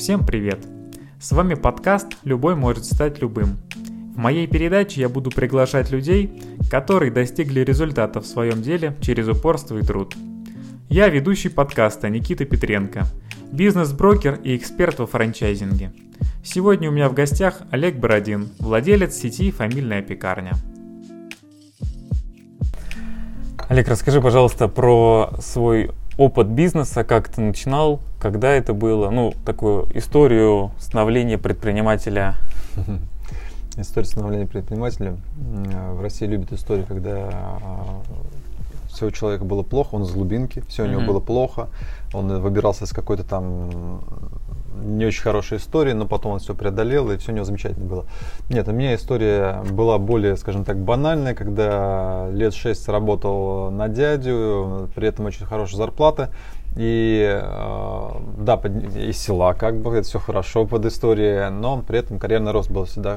Всем привет! С вами подкаст «Любой может стать любым». В моей передаче я буду приглашать людей, которые достигли результата в своем деле через упорство и труд. Я ведущий подкаста Никита Петренко, бизнес-брокер и эксперт во франчайзинге. Сегодня у меня в гостях Олег Бородин, владелец сети «Фамильная пекарня». Олег, расскажи, пожалуйста, про свой опыт бизнеса, как ты начинал, когда это было, такую историю становления предпринимателя. История становления предпринимателя. В России любят истории, когда все у человека было плохо, он из глубинки, все у него было плохо, он выбирался из какой-то там не очень хорошей истории, но потом он все преодолел, и все у него замечательно было. Нет, у меня история была более, скажем так, банальная, когда лет 6 работал на дядю, при этом очень хорошая зарплата. И да, из села, как бы, это все хорошо под историей, но при этом карьерный рост был всегда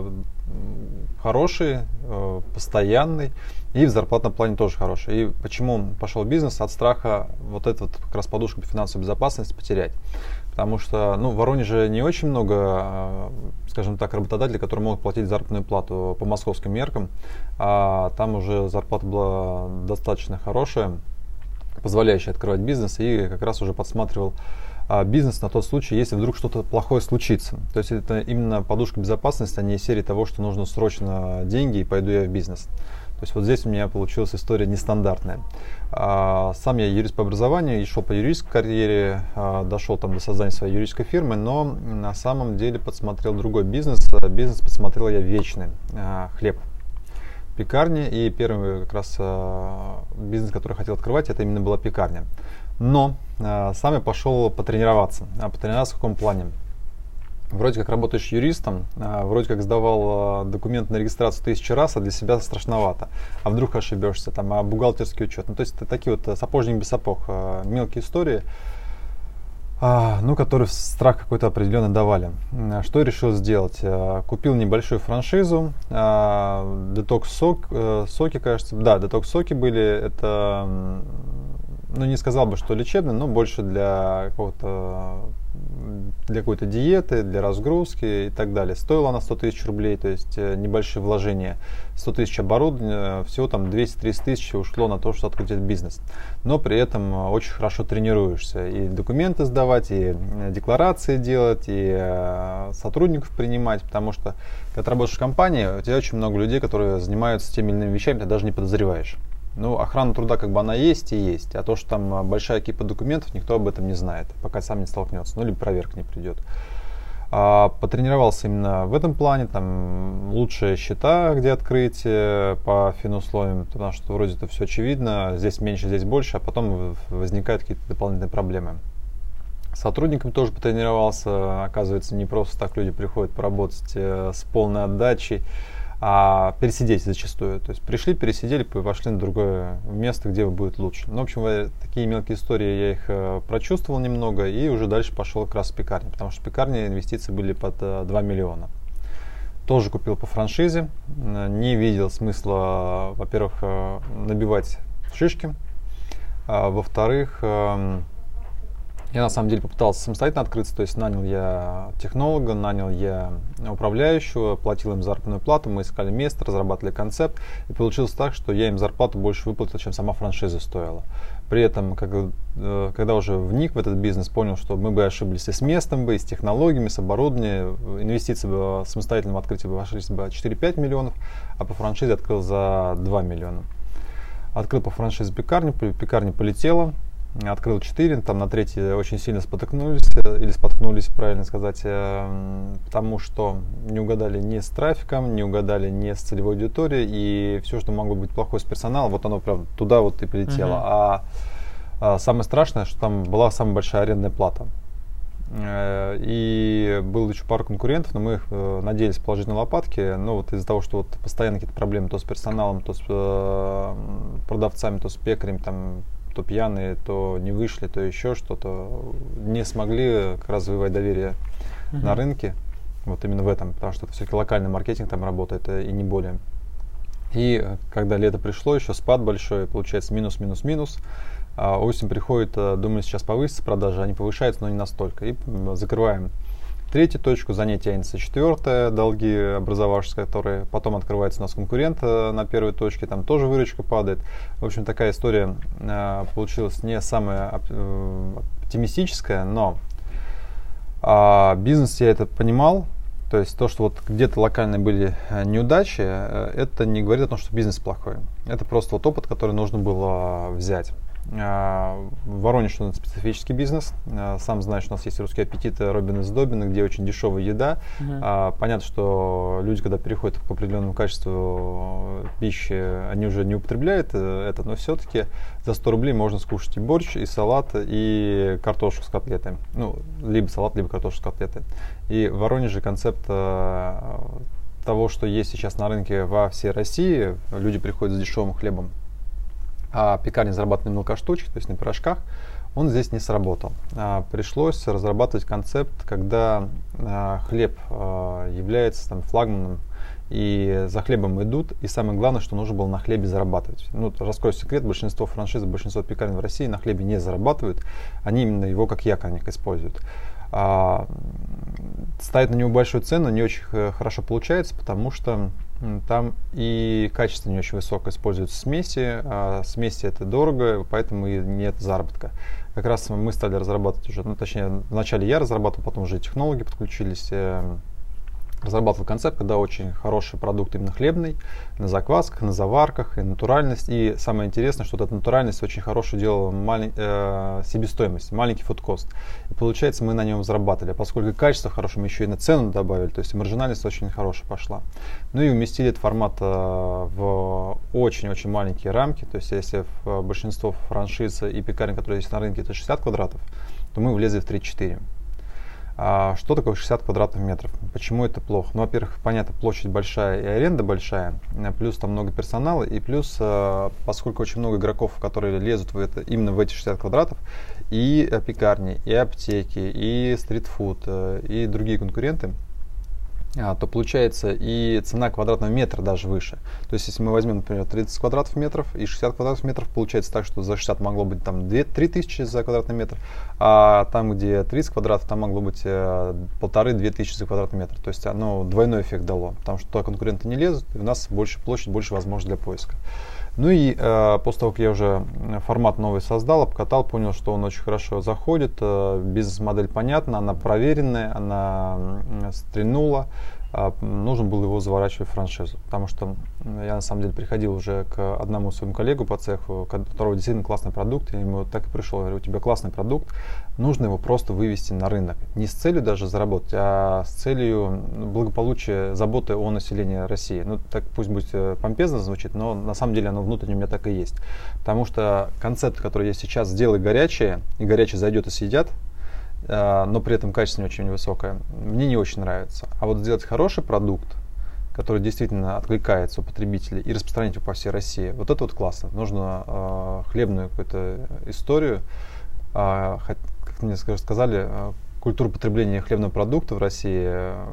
хороший, постоянный, и в зарплатном плане тоже хороший. И почему пошел в бизнес? От страха вот эту как раз подушку по финансовой безопасности потерять. Потому что в Воронеже не очень много, скажем так, работодателей, которые могут платить заработную плату по московским меркам, а там уже зарплата была достаточно хорошая, позволяющая открывать бизнес, и как раз уже подсматривал бизнес на тот случай, если вдруг что-то плохое случится. То есть это именно подушка безопасности, а не из серии того, что нужно срочно деньги и пойду я в бизнес. То есть вот здесь у меня получилась история нестандартная. Сам я юрист по образованию и шел по юридической карьере, дошел там до создания своей юридической фирмы, но на самом деле подсмотрел другой бизнес. Бизнес подсмотрел я вечный, хлеб. Пекарни, и первый как раз бизнес, который хотел открывать, это именно была пекарня. Но сам я пошел потренироваться. Потренироваться в каком плане? Вроде как работаешь юристом, вроде как сдавал документы на регистрацию 1000 раз, а для себя страшновато. А вдруг ошибешься, а бухгалтерский учет. То есть такие вот сапожник без сапог, мелкие истории, которые страх какой-то определенный давали. Что я решил сделать? Купил небольшую франшизу, детокс-соки, кажется. Да, детокс-соки были. Это, не сказал бы, что лечебный, но больше для какой-то диеты, для разгрузки и так далее. Стоила она 100 тысяч рублей, то есть небольшие вложения, 100 тысяч оборудования, всего там 200-300 тысяч ушло на то, что открыть бизнес. Но при этом очень хорошо тренируешься и документы сдавать, и декларации делать, и сотрудников принимать, потому что когда ты работаешь в компании, у тебя очень много людей, которые занимаются теми или иными вещами, ты даже не подозреваешь. Охрана труда она есть и есть, а то, что там большая кипа документов, никто об этом не знает, пока сам не столкнется, либо проверка не придет. Потренировался именно в этом плане, там лучшие счета, где открыть по финусловиям, потому что вроде это все очевидно, здесь меньше, здесь больше, а потом возникают какие-то дополнительные проблемы. С сотрудниками тоже потренировался, оказывается, не просто так люди приходят поработать с полной отдачей, а пересидеть зачастую. То есть пришли, пересидели, пошли на другое место, где будет лучше. В общем, такие мелкие истории я их прочувствовал немного и уже дальше пошел как раз в пекарню, потому что в пекарне инвестиции были под 2 миллиона. Тоже купил по франшизе, не видел смысла, во-первых, набивать шишки, во-вторых, я на самом деле попытался самостоятельно открыться, то есть нанял я технолога, нанял я управляющего, платил им заработную плату, мы искали место, разрабатывали концепт, и получилось так, что я им зарплату больше выплатил, чем сама франшиза стоила. При этом, когда уже вник в этот бизнес, понял, что мы бы ошиблись и с местом, и с технологиями, с оборудованием, инвестиции бы самостоятельного открытия бы обошлись бы 4-5 миллионов, а по франшизе открыл за 2 миллиона. Открыл по франшизе пекарню, пекарня полетела. Открыл 4, там на 3 очень сильно споткнулись, правильно сказать, потому что не угадали ни с трафиком, не угадали ни с целевой аудиторией, и все, что могло быть плохое с персоналом, вот оно прям туда вот и прилетело. А самое страшное, что там была самая большая арендная плата. И было еще пару конкурентов, но мы их надеялись положить на лопатки, но вот из-за того, что постоянно какие-то проблемы то с персоналом, то с продавцами, то с пекарем, то пьяные, то не вышли, то еще что-то, не смогли как раз завоевать доверие на рынке, вот именно в этом, потому что это все-таки локальный маркетинг там работает и не более. И когда лето пришло, еще спад большой, получается минус, Осень приходит, думали, сейчас повысится продажи, они повышаются, но не настолько. И закрываем третью точку, за ней тянется четвертая, долги образовавшиеся, которые потом открывается у нас конкурент на первой точке, там тоже выручка падает. В общем, такая история получилась не самая оптимистическая, но бизнес я это понимал. То есть то, что вот где-то локальные были неудачи, это не говорит о том, что бизнес плохой. Это просто вот опыт, который нужно было взять. Воронеж у нас специфический бизнес. Сам знаешь, у нас есть русский аппетит, Робин из Добина, где очень дешевая еда. Понятно, что люди, когда переходят к определенному качеству пищи, они уже не употребляют это, но все-таки за 100 рублей можно скушать и борщ, и салат, и картошку с котлетой. Ну, либо салат, либо картошку с котлетой. И в Воронеже концепт того, что есть сейчас на рынке во всей России, люди приходят с дешевым хлебом, а пекарня зарабатывает на мелкоштучке, то есть на пирожках, он здесь не сработал. Пришлось разрабатывать концепт, когда хлеб является там флагманом, и за хлебом идут, и самое главное, что нужно было на хлебе зарабатывать. Ну, раскрою секрет, большинство франшиз, большинство пекарен в России на хлебе не зарабатывают, они именно его как якорник используют. Ставить на него большую цену не очень хорошо получается, потому что там и качество не очень высокое, используются смеси, смеси это дорого, поэтому и нет заработка. Как раз мы стали разрабатывать уже, ну точнее, вначале я разрабатывал, потом уже технологи подключились, разрабатывал концепт, когда очень хороший продукт именно хлебный, на заквасках, на заварках, и натуральность. И самое интересное, что эта натуральность очень хорошо делала себестоимость, маленький фудкост. И получается, мы на нем зарабатывали. Поскольку качество хорошее, мы еще и на цену добавили, то есть маржинальность очень хорошая пошла. Ну и уместили этот формат в очень-очень маленькие рамки. То есть если в большинство франшиз и пекарен, которые есть на рынке, это 60 квадратов, то мы влезли в 34. Что такое 60 квадратных метров? Почему это плохо? Ну, во-первых, понятно, площадь большая и аренда большая, плюс там много персонала, и плюс, поскольку очень много игроков, которые лезут именно в эти 60 квадратов, и пекарни, и аптеки, и стритфуд, и другие конкуренты, то получается и цена квадратного метра даже выше. То есть, если мы возьмем, например, 30 квадратов метров и 60 квадратных метров, получается так, что за 60 могло быть там 3 тысячи за квадратный метр, а там, где 30 квадратов, там могло быть 1500-2 тысячи за квадратный метр. То есть, оно двойной эффект дало, потому что туда конкуренты не лезут, и у нас больше площадь, больше возможностей для поиска. Ну и после того, как я уже формат новый создал, обкатал, понял, что он очень хорошо заходит, бизнес-модель понятна, она проверенная, она стрельнула, нужно было его заворачивать в франшизу, потому что я на самом деле приходил уже к одному своему коллегу по цеху, у которого действительно классный продукт, я ему так и пришел, я говорю, у тебя классный продукт, нужно его просто вывести на рынок, не с целью даже заработать, а с целью благополучия, заботы о населении России. Ну, так пусть будет помпезно звучит, но на самом деле оно внутренне у меня так и есть, потому что концепт, который я сейчас сделаю горячее, и горячее зайдет и съедят, но при этом качество не очень высокое, мне не очень нравится. А вот сделать хороший продукт, который действительно откликается у потребителей, и распространить его по всей России, вот это вот классно. Нужно хлебную какую-то историю, как мне сказали, культуру потребления хлебного продукта в России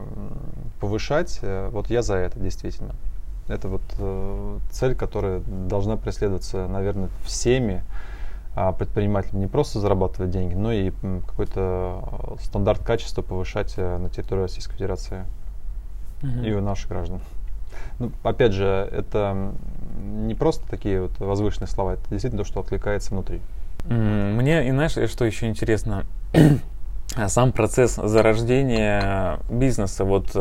повышать. Вот я за это действительно. Это вот цель, которая должна преследоваться, наверное, всеми предпринимателям, не просто зарабатывать деньги, но и какой-то стандарт качества повышать на территории Российской Федерации и у наших граждан. Ну, опять же, это не просто такие вот возвышенные слова, это действительно то, что откликается внутри. Мне, и знаешь, что еще интересно, сам процесс зарождения бизнеса. Вот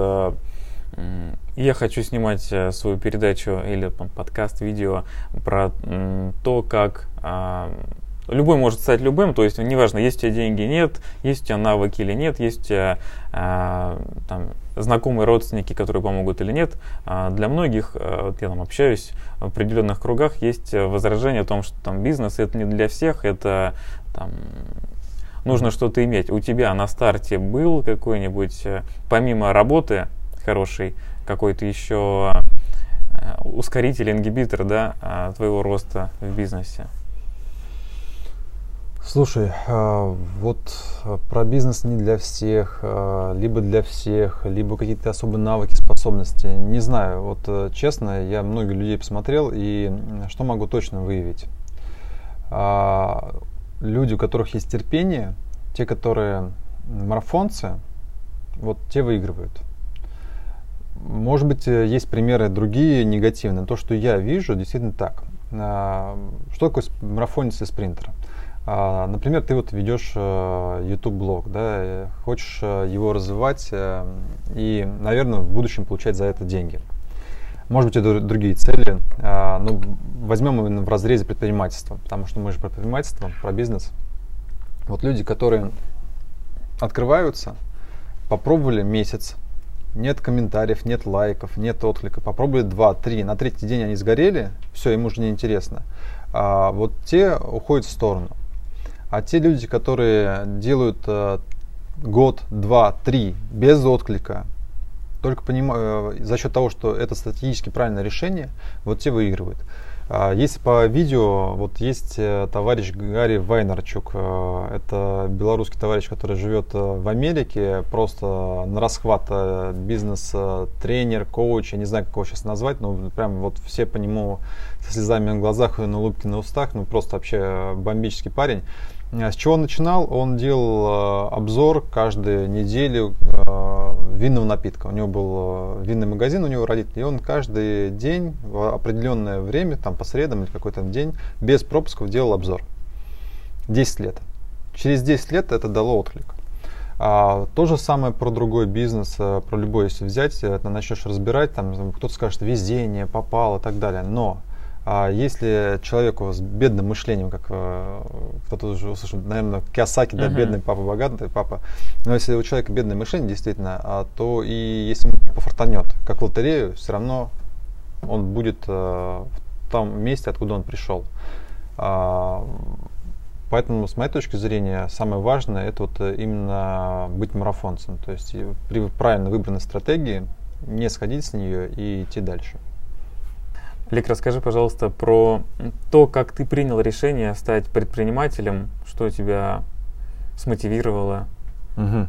я хочу снимать свою передачу или подкаст, видео про то, как любой может стать любым, то есть неважно, есть у тебя деньги, нет, есть у тебя навыки или нет, есть у тебя там, знакомые родственники, которые помогут или нет. Для многих, вот я там общаюсь в определенных кругах, есть возражение о том, что там бизнес это не для всех, это там, нужно что-то иметь. У тебя на старте был какой-нибудь, помимо работы хороший, какой-то еще ускоритель, ингибитор, да, твоего роста в бизнесе? Слушай, вот про бизнес не для всех, либо для всех, либо какие-то особые навыки, способности. Не знаю, вот честно, я многих людей посмотрел, и что могу точно выявить? Люди, у которых есть терпение, те, которые марафонцы, вот те выигрывают. Может быть, есть примеры другие негативные. То, что я вижу, действительно так. Что такое марафонец и спринтер? Например, ты вот ведешь YouTube-блог, да, хочешь его развивать и, наверное, в будущем получать за это деньги. Может быть, это другие цели, но возьмем именно в разрезе предпринимательства, потому что мы же про предпринимательство, про бизнес. Вот люди, которые открываются, попробовали месяц, нет комментариев, нет лайков, нет отклика, попробовали 2-3, на третий день они сгорели, все, им уже неинтересно. Вот те уходят в сторону. А те люди, которые делают год, 2, 3 без отклика, только за счет того, что это стратегически правильное решение, вот те выигрывают. Если по видео, вот есть товарищ Гарри Вайнерчук, это белорусский товарищ, который живет в Америке, просто на расхват бизнес-тренер, коуч, я не знаю, как его сейчас назвать, но прям вот все по нему со слезами на глазах и на улыбке на устах, ну просто вообще бомбический парень. С чего он начинал? Он делал обзор каждую неделю винного напитка. У него был винный магазин, у него родители, и он каждый день в определенное время, там по средам или какой-то день, без пропусков делал обзор. 10 лет. Через 10 лет это дало отклик. То же самое про другой бизнес, про любой, если взять, ты начнешь разбирать, там кто-то скажет везение, попало и так далее. Но если человеку с бедным мышлением, как кто-то уже услышал, наверное, Кийосаки, да, бедный папа, богатый папа, но если у человека бедное мышление, действительно, то и если ему пофартанет, как в лотерею, все равно он будет в том месте, откуда он пришел. Поэтому, с моей точки зрения, самое важное это вот именно быть марафонцем, то есть при правильно выбранной стратегии не сходить с нее и идти дальше. Лик, расскажи, пожалуйста, про то, как ты принял решение стать предпринимателем, что тебя смотивировало. Ну,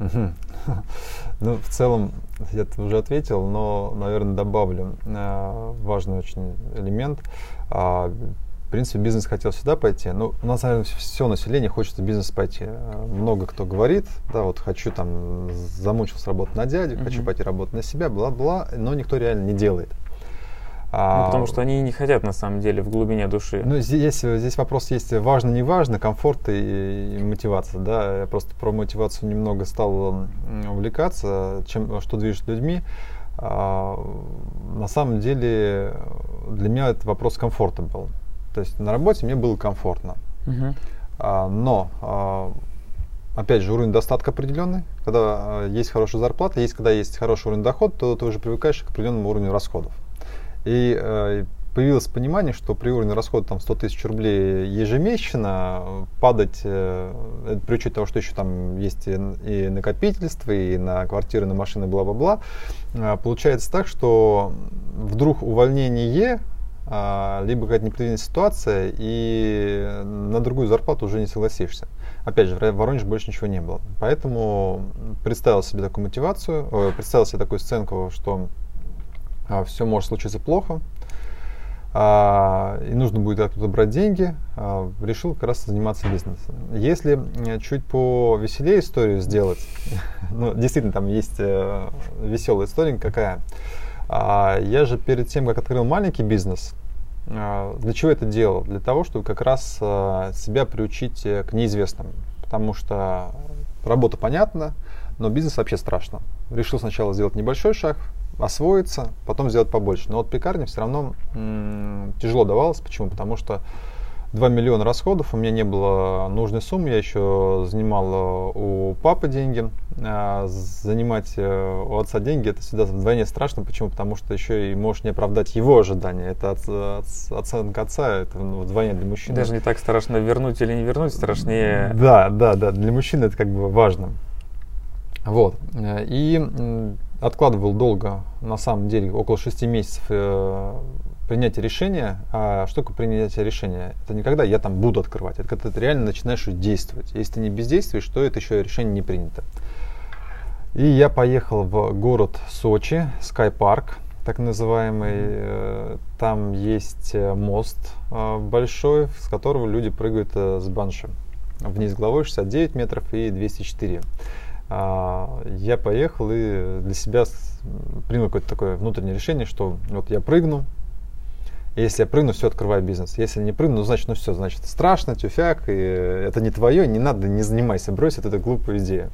в целом, я уже ответил, но, наверное, добавлю важный очень элемент. В принципе, бизнес хотел сюда пойти. Ну, у нас, наверное, все население хочет в бизнес пойти. Много кто говорит, да, вот хочу там, замучился работать на дядю, хочу пойти работать на себя, бла-бла, но никто реально не делает. Ну, потому что они не хотят, на самом деле, в глубине души. Ну, здесь вопрос есть важно, не важно, комфорт и мотивация. Да? Я просто про мотивацию немного стал увлекаться, что движет людьми. На самом деле для меня это вопрос комфорта был. То есть на работе мне было комфортно. Но, опять же, уровень достатка определенный. Когда есть хорошая зарплата, когда есть хороший уровень дохода, то ты уже привыкаешь к определенному уровню расходов. И появилось понимание, что при уровне расхода там 100 тысяч рублей ежемесячно падать, при учете того, что еще там есть и накопительство, и на квартиры, на машины, бла-бла-бла, получается так, что вдруг увольнение, либо какая-то непредвиденная ситуация, и на другую зарплату уже не согласишься. Опять же, в Воронеже больше ничего не было. Поэтому представил себе такую мотивацию, представил себе такую сценку, что все может случиться плохо, и нужно будет откуда брать деньги, решил как раз заниматься бизнесом. Если чуть повеселее историю сделать, ну, действительно, там есть веселая история какая. Я же перед тем, как открыл маленький бизнес, для чего это делал? Для того, чтобы как раз себя приучить к неизвестному. Потому что работа понятна, но бизнес вообще страшно. Решил сначала сделать небольшой шаг, освоиться, потом сделать побольше. Но вот пекарня все равно тяжело давалась. Почему? Потому что 2 миллиона расходов, у меня не было нужной суммы, я еще занимал у папы деньги. Занимать у отца деньги, это всегда вдвойне страшно. Почему? Потому что еще и можешь не оправдать его ожидания. Это оценка отца, это вдвойне для мужчины. Даже не так страшно вернуть или не вернуть, страшнее. Да, для мужчины это как бы важно. Вот. И откладывал долго, на самом деле, около 6 месяцев принятие решения. А что такое принятие решения? Это не когда я там буду открывать, это когда ты реально начинаешь действовать. Если ты не бездействуешь, то это еще решение не принято. И я поехал в город Сочи, Sky Park. так называемый. Там есть мост большой, с которого люди прыгают с банши. Вниз головой 69 метров и 204. Я поехал и для себя принял какое-то такое внутреннее решение, что вот я прыгну. Если я прыгну, все, открываю бизнес. Если не прыгну, значит, все, значит, страшно, тюфяк, и это не твое, не надо, не занимайся, брось, это глупая идея.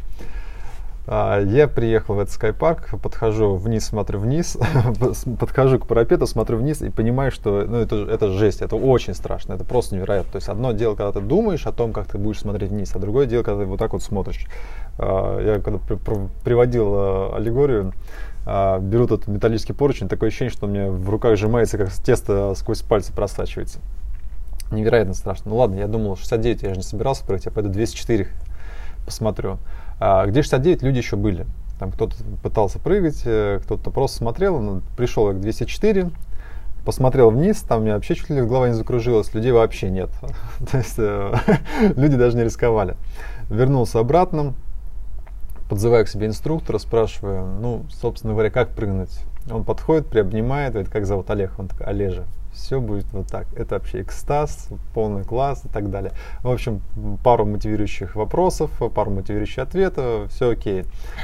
Я приехал в этот скайпарк, подхожу вниз, смотрю вниз, подхожу к парапету, смотрю вниз и понимаю, что это жесть, это очень страшно, это просто невероятно. То есть одно дело, когда ты думаешь о том, как ты будешь смотреть вниз, а другое дело, когда ты вот так вот смотришь. Я когда приводил аллегорию, беру тут металлический поручень, такое ощущение, что у меня в руках сжимается, как тесто сквозь пальцы просачивается. Невероятно страшно. Ну ладно, я думал, 69 я же не собирался прыгать, я пойду 204 посмотрю. Где 69 люди еще были. Там кто-то пытался прыгать, кто-то просто смотрел. Пришел я к 204, посмотрел вниз, там у меня вообще чуть ли голова не закружилась, людей вообще нет. То есть люди даже не рисковали. Вернулся обратно, подзываю к себе инструктора, спрашиваю, ну, собственно говоря, как прыгнуть. Он подходит, приобнимает, говорит, как зовут Олег? Он такой, Олежа. Все будет вот так. Это вообще экстаз, полный класс и так далее. В общем, пару мотивирующих вопросов, пару мотивирующих ответов, все окей.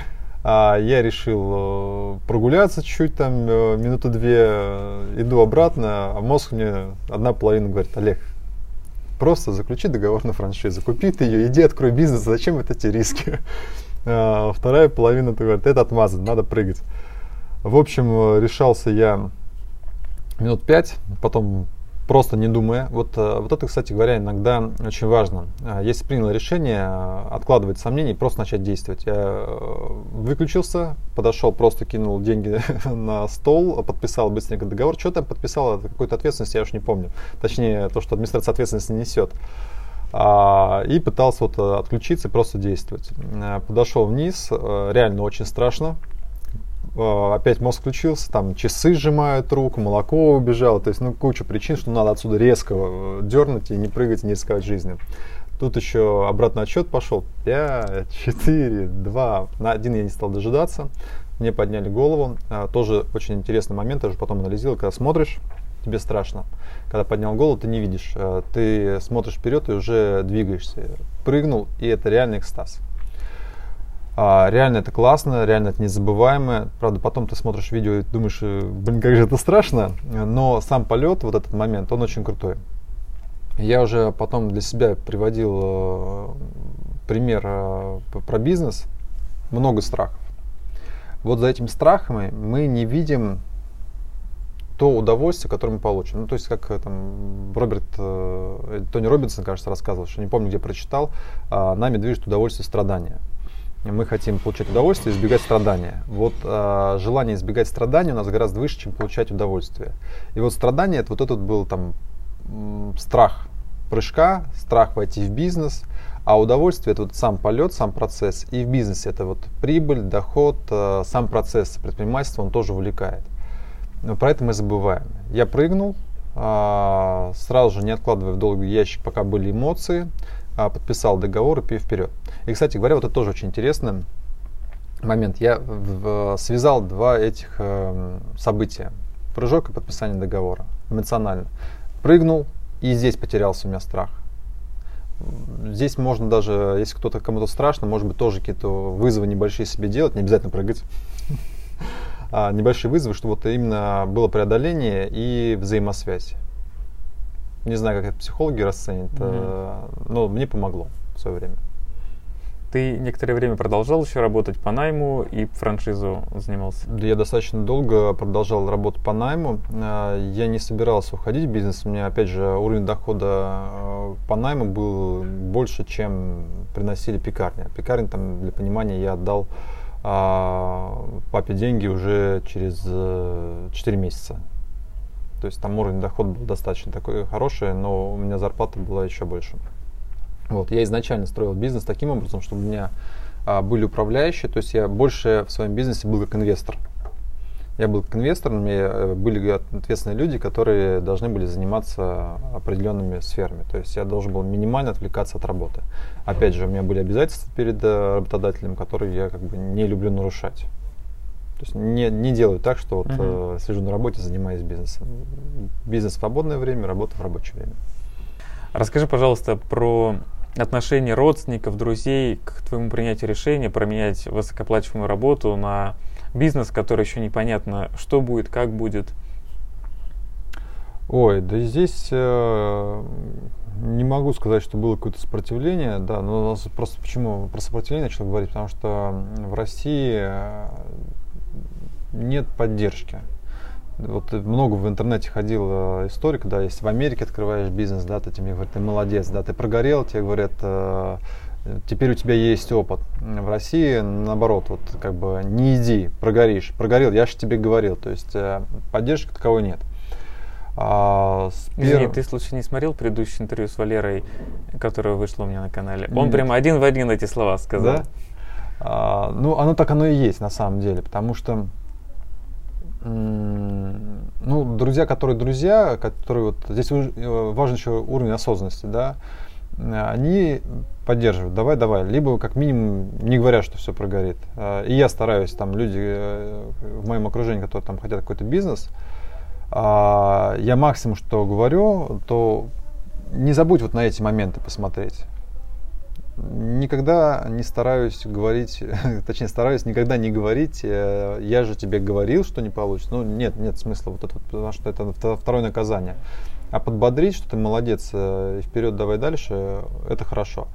Я решил прогуляться чуть-чуть, там, минуты две, иду обратно, а мозг мне одна половина говорит, Олег, просто заключи договор на франшизу, купи ты ее, иди открой бизнес, зачем вот эти риски? Вторая половина говорит, это отмазано, надо прыгать. В общем, решался я минут 5, потом просто не думая. Вот это, кстати говоря, иногда очень важно. Если принял решение, откладывать сомнения и просто начать действовать. Я выключился, подошел, просто кинул деньги на стол, подписал быстренько договор. Что там подписал, какой-то ответственности я уж не помню. Точнее, то, что администрация ответственности несет. И пытался вот отключиться и просто действовать. Подошел вниз, реально очень страшно. Опять мозг включился, там часы сжимают руку, молоко убежало, то есть куча причин, что надо отсюда резко дернуть и не прыгать, не рисковать жизнью. Тут еще обратный отсчет пошел, 5, 4, 2, на 1 я не стал дожидаться, мне подняли голову, тоже очень интересный момент, я уже потом анализировал, когда смотришь, тебе страшно, когда поднял голову, ты не видишь, ты смотришь вперед и уже двигаешься, прыгнул, и это реальный экстаз. Реально это классно, реально это незабываемо. Правда, потом ты смотришь видео и думаешь, блин, как же это страшно. Но сам полет, вот этот момент, он очень крутой. Я уже потом для себя приводил пример про бизнес. Много страхов. Вот за этими страхами мы не видим то удовольствие, которое мы получим. Ну, то есть, как там Тони Робинсон, кажется, рассказывал, что не помню, где прочитал, нами движет удовольствие страдания. Мы хотим получать удовольствие и избегать страдания. Вот желание избегать страданий у нас гораздо выше, чем получать удовольствие. И вот страдание, это вот этот был там страх прыжка, страх войти в бизнес, а удовольствие это вот сам полет, сам процесс. И в бизнесе это вот прибыль, доход, сам процесс предпринимательства, он тоже увлекает. Но про это мы забываем. Я прыгнул, сразу же не откладывая в долгий ящик, пока были эмоции, подписал договор и пью вперед. И, кстати говоря, вот это тоже очень интересный момент. Я связал два этих события. Прыжок и подписание договора. Эмоционально. Прыгнул, и здесь потерялся у меня страх. Здесь можно даже, если кто-то кому-то страшно, может быть, тоже какие-то вызовы небольшие себе делать, не обязательно прыгать. Небольшие вызовы, чтобы вот именно было преодоление и взаимосвязь. Не знаю, как это психологи расценят, но мне помогло в свое время. Ты некоторое время продолжал еще работать по найму и франшизу занимался? Да, я достаточно долго продолжал работать по найму. Я не собирался уходить в бизнес. У меня, опять же, уровень дохода по найму был больше, чем приносили пекарни. Пекарни, там, для понимания, я отдал папе деньги уже через 4 месяца. То есть там уровень дохода был достаточно такой хороший, но у меня зарплата была еще больше. Вот, я изначально строил бизнес таким образом, чтобы у меня были управляющие, то есть я больше в своем бизнесе был как инвестор. Я был как инвестор, у меня были ответственные люди, которые должны были заниматься определенными сферами. То есть я должен был минимально отвлекаться от работы. Опять же, у меня были обязательства перед работодателем, которые я как бы не люблю нарушать. То есть не делаю так, что вот сижу на работе, занимаюсь бизнесом. Бизнес в свободное время, работа в рабочее время. Расскажи, пожалуйста, про отношение родственников, друзей к твоему принятию решения променять высокооплачиваемую работу на бизнес, который еще непонятно, что будет, как будет. Ой, да здесь не могу сказать, что было какое-то сопротивление, да, но у нас просто почему про сопротивление начал говорить, потому что в России нет поддержки. Вот много в интернете ходил историк, да, если в Америке открываешь бизнес, да, то тебе говорят, ты молодец, да, ты прогорел, тебе говорят, теперь у тебя есть опыт. В России, наоборот, вот как бы не иди, прогоришь, прогорел, я же тебе говорил, то есть поддержки таковой нет. Извини, ты случайно не смотрел предыдущее интервью с Валерой, которое вышло у меня на канале? Он Нет. прямо один в один эти слова сказал. Да? Ну, оно и есть на самом деле, потому что ну, друзья, которые вот здесь важен еще уровень осознанности, да, они поддерживают, давай, либо как минимум не говорят, что все прогорит. И я стараюсь, там люди в моем окружении, которые там хотят какой-то бизнес, я максимум, что говорю, то не забудь вот на эти моменты посмотреть. Никогда не стараюсь говорить, точнее стараюсь никогда не говорить, я же тебе говорил, что не получится. Ну нет смысла вот это, потому что это второе наказание. А подбодрить, что ты молодец, и вперед давай дальше, это хорошо.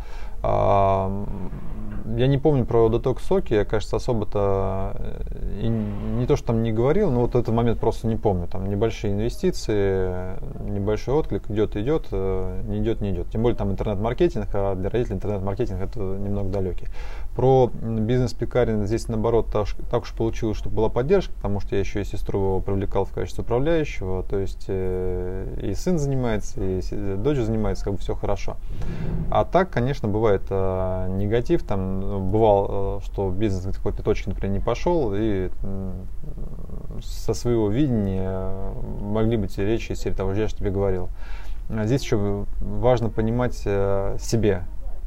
Я не помню про детокс-соки, я, кажется, особо-то и не то, что там не говорил, но вот этот момент просто не помню. Там небольшие инвестиции, небольшой отклик, идет, не идет. Тем более там интернет-маркетинг, а для родителей интернет-маркетинг это немного далекий. Про бизнес-пекарен здесь, наоборот, так уж получилось, что была поддержка, потому что я еще и сестру привлекал в качестве управляющего, то есть и сын занимается, и дочь занимается, как бы все хорошо. А так, конечно, бывает негатив, там бывало, что бизнес на какой-то точке, например, не пошел, и со своего видения могли быть речи из серии того, я же тебе говорил. Здесь еще важно понимать себе,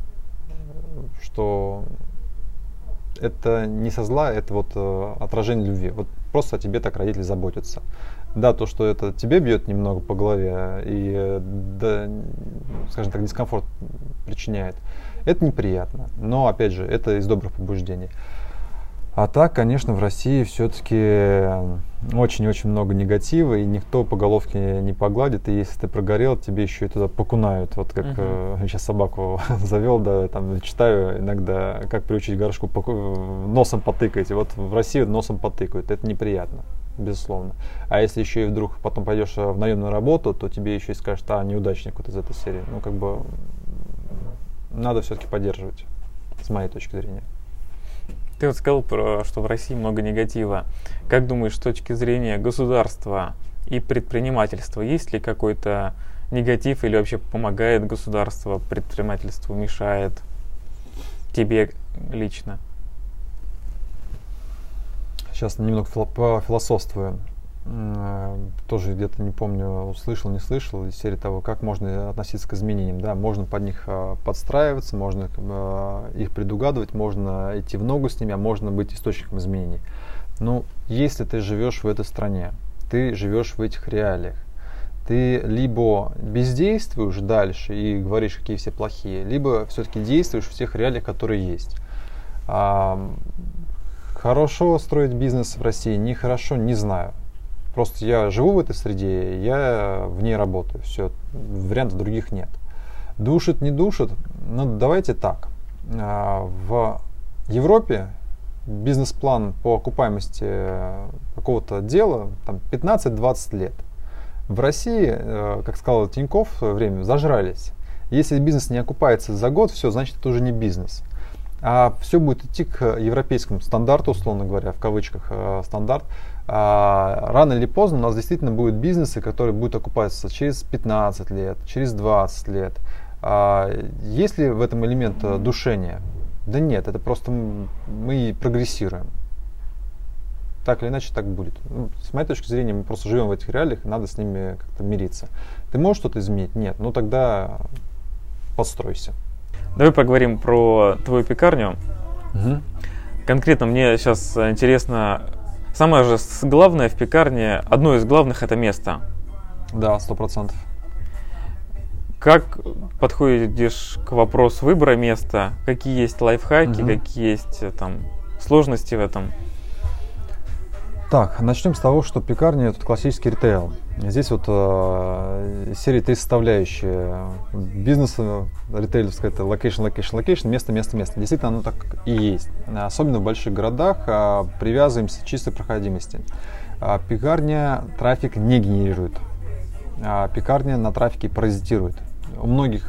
что это не со зла, это вот отражение любви. Вот просто о тебе так родители заботятся. Да, то, что это тебе бьет немного по голове и, да, скажем так, дискомфорт причиняет, это неприятно. Но, опять же, это из добрых побуждений. А так, конечно, в России все-таки очень-очень много негатива, и никто по головке не погладит, и если ты прогорел, тебе еще и туда покунают. Вот как сейчас собаку завел, да, там читаю иногда, как приучить горшку носом потыкать. И вот в России носом потыкают, это неприятно, безусловно. А если еще и вдруг потом пойдешь в наемную работу, то тебе еще и скажут, неудачник вот из этой серии. Ну, как бы, надо все-таки поддерживать, с моей точки зрения. Ты вот сказал, что в России много негатива. Как думаешь, с точки зрения государства и предпринимательства, есть ли какой-то негатив или вообще помогает государство предпринимательству, мешает тебе лично? Сейчас немного пофилософствую. Тоже где-то, не помню, услышал, не слышал, из серии того, как можно относиться к изменениям. Да, можно под них подстраиваться, можно их предугадывать, можно идти в ногу с ними, а можно быть источником изменений. Но если ты живешь в этой стране, ты живешь в этих реалиях, ты либо бездействуешь дальше и говоришь, какие все плохие, либо все-таки действуешь в тех реалиях, которые есть. Хорошо строить бизнес в России, нехорошо, не знаю. Просто я живу в этой среде, я в ней работаю, все, вариантов других нет. Душит, не душит, ну давайте так. В Европе бизнес-план по окупаемости какого-то дела там 15-20 лет. В России, как сказал Тинькофф в свое время, зажрались. Если бизнес не окупается за год, все, значит это уже не бизнес. А все будет идти к европейскому стандарту, условно говоря, в кавычках стандарт. Рано или поздно у нас действительно будут бизнесы, которые будут окупаться через 15 лет, через 20 лет. Есть ли в этом элемент душения? Да нет, это просто мы прогрессируем. Так или иначе так будет. Ну, с моей точки зрения, мы просто живем в этих реалиях, и надо с ними как-то мириться. Ты можешь что-то изменить? Нет. Ну тогда подстройся. Давай поговорим про твою пекарню. Конкретно мне сейчас интересно, Самое же главное в пекарне, одно из главных, это место. Да, 100%. Как подходишь к вопросу выбора места? Какие есть лайфхаки, какие есть там сложности в этом? Так, начнем с того, что пекарня – это классический ритейл. Здесь вот серии три составляющие. Бизнес ритейловская – это локейшн, место. Действительно, оно так и есть. Особенно в больших городах привязываемся к чистой проходимости. Пекарня трафик не генерирует. Пекарня на трафике паразитирует. У многих,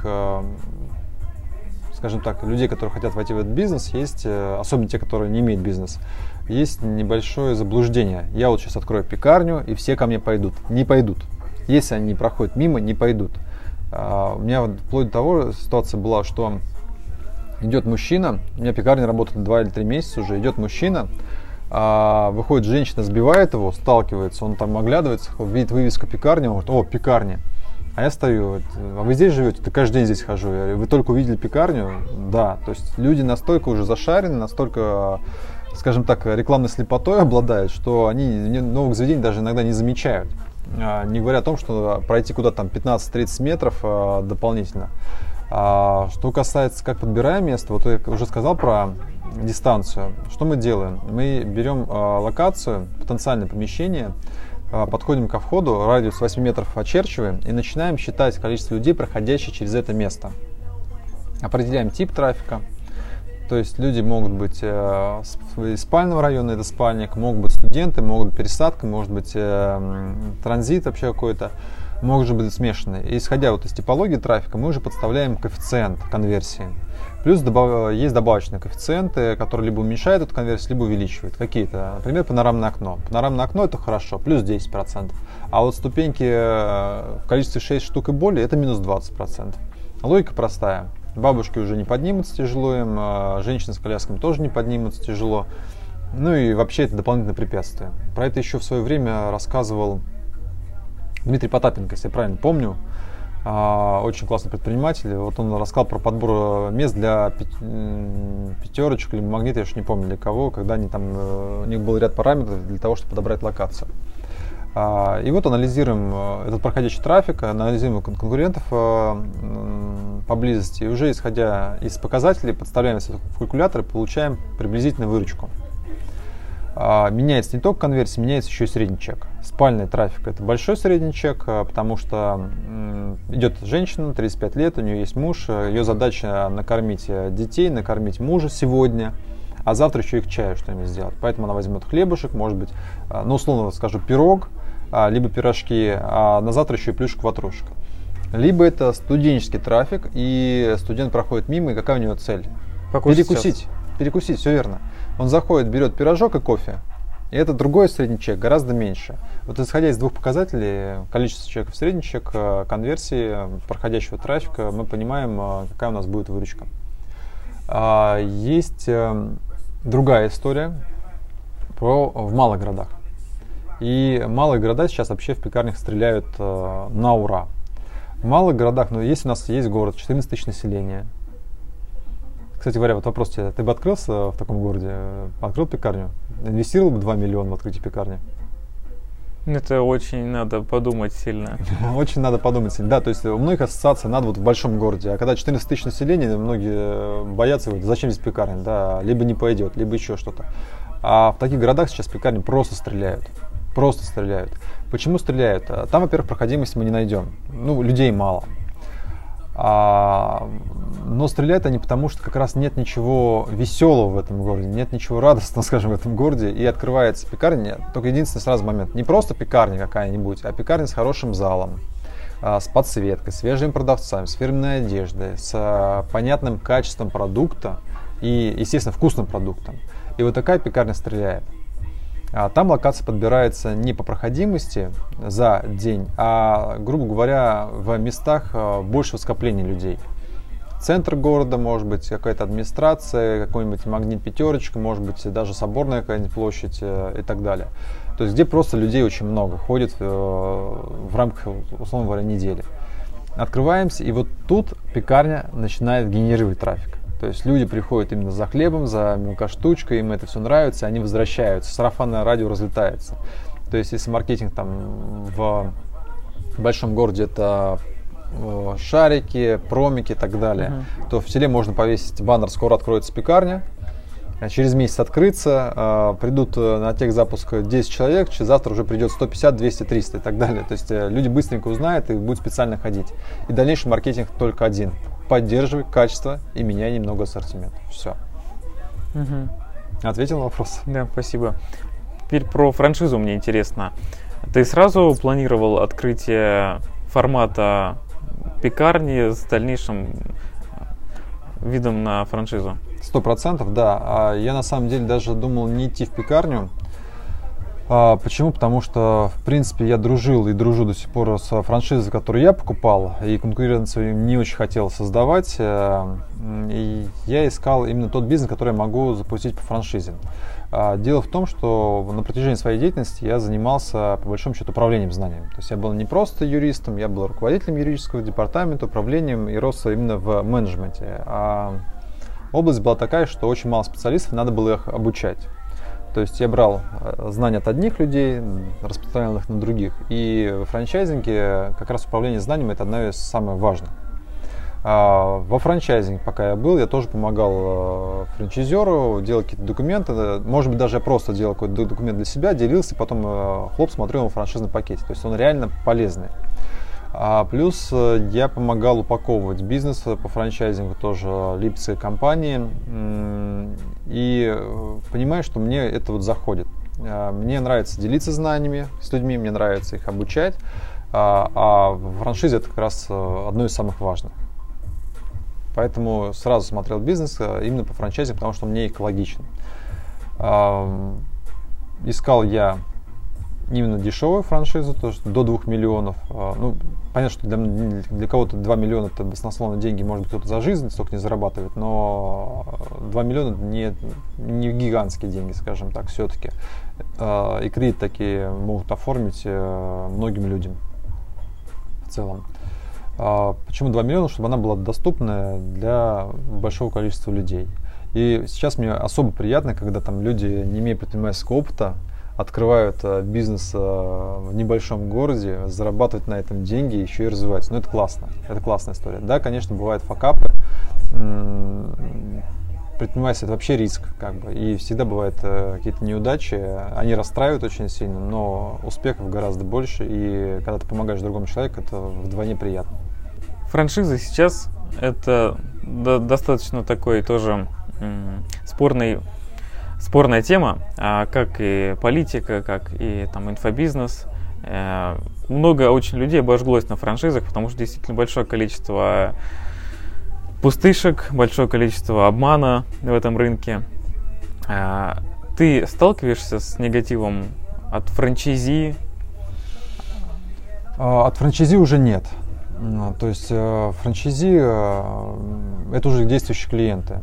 скажем так, людей, которые хотят войти в этот бизнес, есть, особенно те, которые не имеют бизнес, есть небольшое заблуждение. Я вот сейчас открою пекарню, и все ко мне пойдут. Не пойдут. Если они не проходят мимо, не пойдут. У меня вплоть до того ситуация была, что идет мужчина, у меня пекарня работает 2 или 3 месяца уже, идет мужчина, выходит женщина, сбивает его, сталкивается, он там оглядывается, видит вывеску пекарни, он говорит: о, пекарня. А я стою: а вы здесь живете? Да каждый день здесь хожу. Я говорю: вы только увидели пекарню? Да. То есть люди настолько уже зашарены, настолько, скажем так, рекламной слепотой обладают, что они новых заведений даже иногда не замечают. Не говоря о том, что пройти куда-то там 15-30 метров дополнительно. Что касается, как подбираем место, вот я уже сказал про дистанцию. Что мы делаем? Мы берем локацию, потенциальное помещение, подходим ко входу, радиус 8 метров очерчиваем и начинаем считать количество людей, проходящих через это место. Определяем тип трафика. То есть люди могут быть из спального района, это спальник, могут быть студенты, могут быть пересадка, может быть транзит вообще какой-то, может быть смешанный. И исходя вот из типологии трафика, мы уже подставляем коэффициент конверсии. Плюс есть добавочные коэффициенты, которые либо уменьшают эту конверсию, либо увеличивают. Какие-то, например, панорамное окно. Панорамное окно — это хорошо, плюс 10%. А вот ступеньки в количестве 6 штук и более — это минус 20%. Логика простая. Бабушки уже не поднимутся, тяжело им, женщины с колясками тоже не поднимутся, тяжело. Ну и вообще это дополнительное препятствие. Про это еще в свое время рассказывал Дмитрий Потапенко, если я правильно помню. Очень классный предприниматель. Вот он рассказал про подбор мест для пятерочек или магнита, я уж не помню для кого, когда они там, у них был ряд параметров для того, чтобы подобрать локацию. И вот анализируем этот проходящий трафик, анализируем конкурентов поблизости, и уже исходя из показателей подставляем в калькулятор и получаем приблизительную выручку. Меняется не только конверсия, меняется еще и средний чек. Спальный трафик — это большой средний чек, потому что идет женщина, 35 лет, у нее есть муж, ее задача накормить детей, накормить мужа сегодня, а завтра еще и к чаю что-нибудь сделать. Поэтому она возьмет хлебушек, может быть, ну условно скажу, пирог, либо пирожки, а на завтра еще и плюшек, ватрушек. Либо это студенческий трафик, и студент проходит мимо, и какая у него цель? Перекусить, все верно. Он заходит, берет пирожок и кофе. И это другой средний чек, гораздо меньше. Вот исходя из двух показателей, количество чеков, средний чек, конверсии, проходящего трафика, мы понимаем, какая у нас будет выручка. Есть другая история в малых городах. И малые города сейчас вообще в пекарнях стреляют на ура. В малых городах, ну, у нас есть город, 14 тысяч населения. Кстати говоря, вот вопрос тебе: ты бы открылся в таком городе, открыл пекарню? Инвестировал бы 2 миллиона в открытие пекарни? Это очень надо подумать сильно. Очень надо подумать сильно. Да, то есть у многих ассоциаций надо вот в большом городе. А когда 14 тысяч населения, многие боятся, говорят: зачем здесь пекарня? Да, либо не пойдет, либо еще что-то. А в таких городах сейчас пекарни просто стреляют. Просто стреляют. Почему стреляют? Там, во-первых, проходимости мы не найдем. Ну, людей мало. Но стреляют они потому, что как раз нет ничего веселого в этом городе, нет ничего радостного, скажем, в этом городе, и открывается пекарня. Только единственный сразу момент: не просто пекарня какая-нибудь, а пекарня с хорошим залом, с подсветкой, свежими продавцами, с фирменной одеждой, с понятным качеством продукта и, естественно, вкусным продуктом. И вот такая пекарня стреляет. Там локация подбирается не по проходимости за день, а, грубо говоря, в местах большего скопления людей. Центр города, может быть, какая-то администрация, какой-нибудь магнит пятерочка, может быть, даже соборная какая-нибудь площадь и так далее. То есть где просто людей очень много, ходит в рамках, условно говоря, недели. Открываемся, и вот тут пекарня начинает генерировать трафик. То То есть люди приходят именно за хлебом, за мелкоштучкой, им это все нравится, они возвращаются, сарафанное радио разлетается. То есть если маркетинг там в большом городе это шарики, промики и так далее, то в селе можно повесить баннер «Скоро откроется пекарня», через месяц открыться, придут на техзапуск 10 человек, завтра уже придет 150, 200, 300 и так далее. То есть люди быстренько узнают и будут специально ходить. И дальнейший маркетинг только один. Поддерживай качество и меняй немного ассортимент. Все. Ответил на вопрос? Да, спасибо. Теперь про франшизу мне интересно. Ты сразу планировал открытие формата пекарни с дальнейшим видом на франшизу? 100%, да. Я на самом деле даже думал не идти в пекарню. Почему? Потому что, в принципе, я дружил и дружу до сих пор с франшизой, которую я покупал, и конкуренцию не очень хотел создавать. И я искал именно тот бизнес, который я могу запустить по франшизе. Дело в том, что на протяжении своей деятельности я занимался, по большому счету, управлением знаниями. То есть я был не просто юристом, я был руководителем юридического департамента, управлением и рос именно в менеджменте. Область была такая, что очень мало специалистов, надо было их обучать. То есть я брал знания от одних людей, распространял их на других. И в франчайзинге как раз управление знаниями – это одно из самых важных. Во франчайзинге, пока я был, я тоже помогал франчайзеру, делал какие-то документы. Может быть, даже я просто делал какой-то документ для себя, делился, потом хлоп, смотрю на франшизный пакет. То есть он реально полезный. Плюс я помогал упаковывать бизнес по франчайзингу, тоже липецкой компании. И понимаю, что мне это вот заходит. Мне нравится делиться знаниями с людьми, мне нравится их обучать. А в франшизе это как раз одно из самых важных. Поэтому сразу смотрел бизнес именно по франчайзингу, потому что он мне экологичен. Искал я именно дешевую франшизу, то есть до 2 миллионов. Ну, понятно, что для кого-то 2 миллиона это баснословные деньги, может быть, кто-то за жизнь столько не зарабатывает, но 2 миллиона не гигантские деньги, скажем так, все-таки. И кредит такие могут оформить многим людям в целом. Почему 2 миллиона? Чтобы она была доступна для большого количества людей. И сейчас мне особо приятно, когда там люди, не имея предпринимательского опыта, открывают бизнес в небольшом городе, зарабатывают на этом деньги, еще и развиваются. Но это классно. Это классная история. Да, конечно, бывают факапы. Предпринимательство – это вообще риск, как бы. И всегда бывают какие-то неудачи. Они расстраивают очень сильно, но успехов гораздо больше. И когда ты помогаешь другому человеку, это вдвойне приятно. Франшиза сейчас – это достаточно такой тоже спорная тема, как и политика, как и там инфобизнес. Много очень людей обожглось на франшизах, потому что действительно большое количество пустышек, большое количество обмана в этом рынке. Ты сталкиваешься с негативом от франчайзи? От франчайзи уже нет. То есть франчайзи это уже действующие клиенты.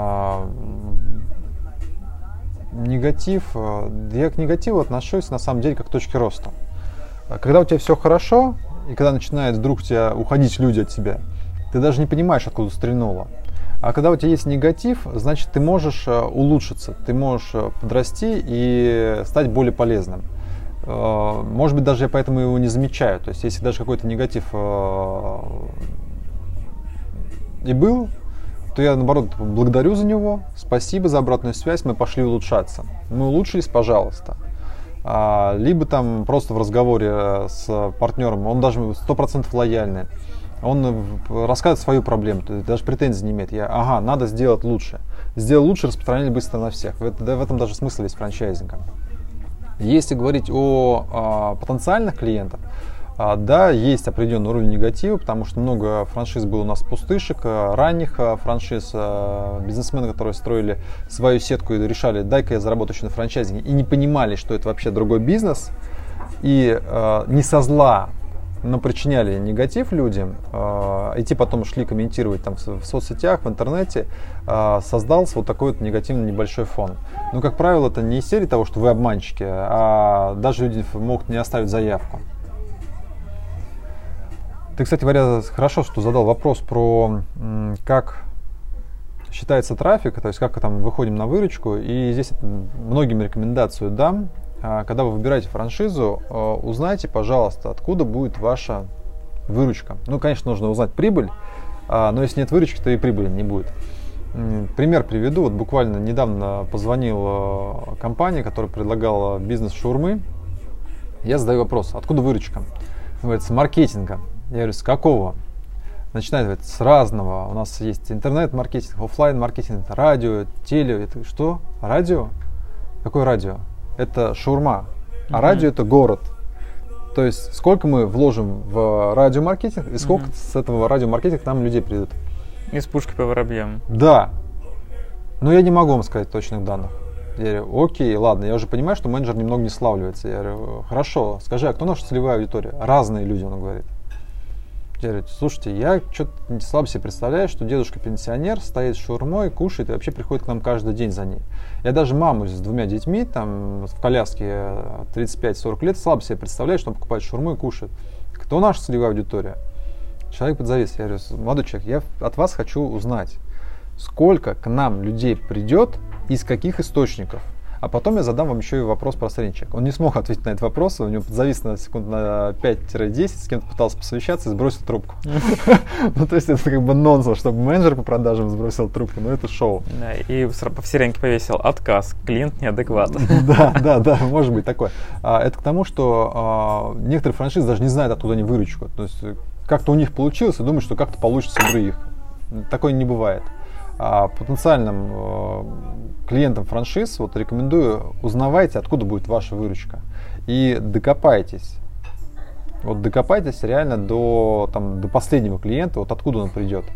Негатив, я к негативу отношусь на самом деле как к точке роста. Когда у тебя все хорошо, и когда начинает вдруг уходить люди от тебя, ты даже не понимаешь, откуда стрельнуло. А когда у тебя есть негатив, значит, ты можешь улучшиться, ты можешь подрасти и стать более полезным. Может быть, даже я поэтому его не замечаю. То есть, если даже какой-то негатив и был, то я, наоборот, благодарю за него, спасибо за обратную связь, мы пошли улучшаться. Мы улучшились, пожалуйста. Либо там просто в разговоре с партнером, он даже 100% лояльный, он рассказывает свою проблему, то есть даже претензий не имеет. Надо сделать лучше. Сделай лучше, распространяй быстро на всех. В этом даже смысл есть франчайзинга. Если говорить о потенциальных клиентах, да, есть определенный уровень негатива, потому что много франшиз было у нас пустышек, ранних франшиз, бизнесмены, которые строили свою сетку и решали, дай-ка я заработаю еще на франчайзинге, и не понимали, что это вообще другой бизнес, и не со зла, но причиняли негатив людям, и те потом шли комментировать там в соцсетях, в интернете, создался вот такой вот негативный небольшой фон. Но, как правило, это не из серии того, что вы обманщики, а даже люди могут не оставить заявку. Ты, кстати говоря, хорошо, что задал вопрос про как считается трафик, то есть как там выходим на выручку. И здесь многим рекомендацию дам. Когда вы выбираете франшизу, узнайте, пожалуйста, откуда будет ваша выручка. Ну, конечно, нужно узнать прибыль, но если нет выручки, то и прибыли не будет. Пример приведу. Вот буквально недавно позвонил компания, которая предлагала бизнес шаурмы. Я задаю вопрос, откуда выручка? Говорит, с маркетинга. Я говорю, с какого? Начинает говорить, с разного. У нас есть интернет-маркетинг, офлайн-маркетинг, радио, теле. Это что? Радио? Какое радио? Это шаурма. А радио это город. То есть сколько мы вложим в радиомаркетинг и сколько с этого радиомаркетинга к нам людей придет. Из пушки по воробьям. Да. Но я не могу вам сказать точных данных. Я говорю, окей, ладно, я уже понимаю, что менеджер немного не славливается. Я говорю, хорошо, скажи, а кто наша целевая аудитория? Разные люди, он говорит. Я говорю, слушайте, я что-то не слабо себе представляю, что дедушка-пенсионер стоит с шаурмой, кушает и вообще приходит к нам каждый день за ней. Я даже маму с 2 детьми, там, в коляске 35-40 лет, слабо себе представляю, что он покупает шаурму и кушает. Кто наша целевая аудитория? Человек подзавис. Я говорю, молодой человек, я от вас хочу узнать, сколько к нам людей придет, из каких источников. А потом я задам вам еще и вопрос про средний чек. Он не смог ответить на этот вопрос, у него завис на секунд на 5-10, с кем-то пытался посовещаться и сбросил трубку. Ну, то есть это как бы нонсенс, чтобы менеджер по продажам сбросил трубку, но это шоу. Да, и по сиренке повесил отказ, клиент неадекватный. Да, может быть такое. Это к тому, что некоторые франшизы даже не знают, откуда они выручку. То есть как-то у них получилось и думают, что как-то получится у других. Такое не бывает. А потенциальным клиентам франшиз вот рекомендую, узнавайте, откуда будет ваша выручка. И докопайтесь. Вот докопайтесь реально до последнего клиента, вот откуда он придет.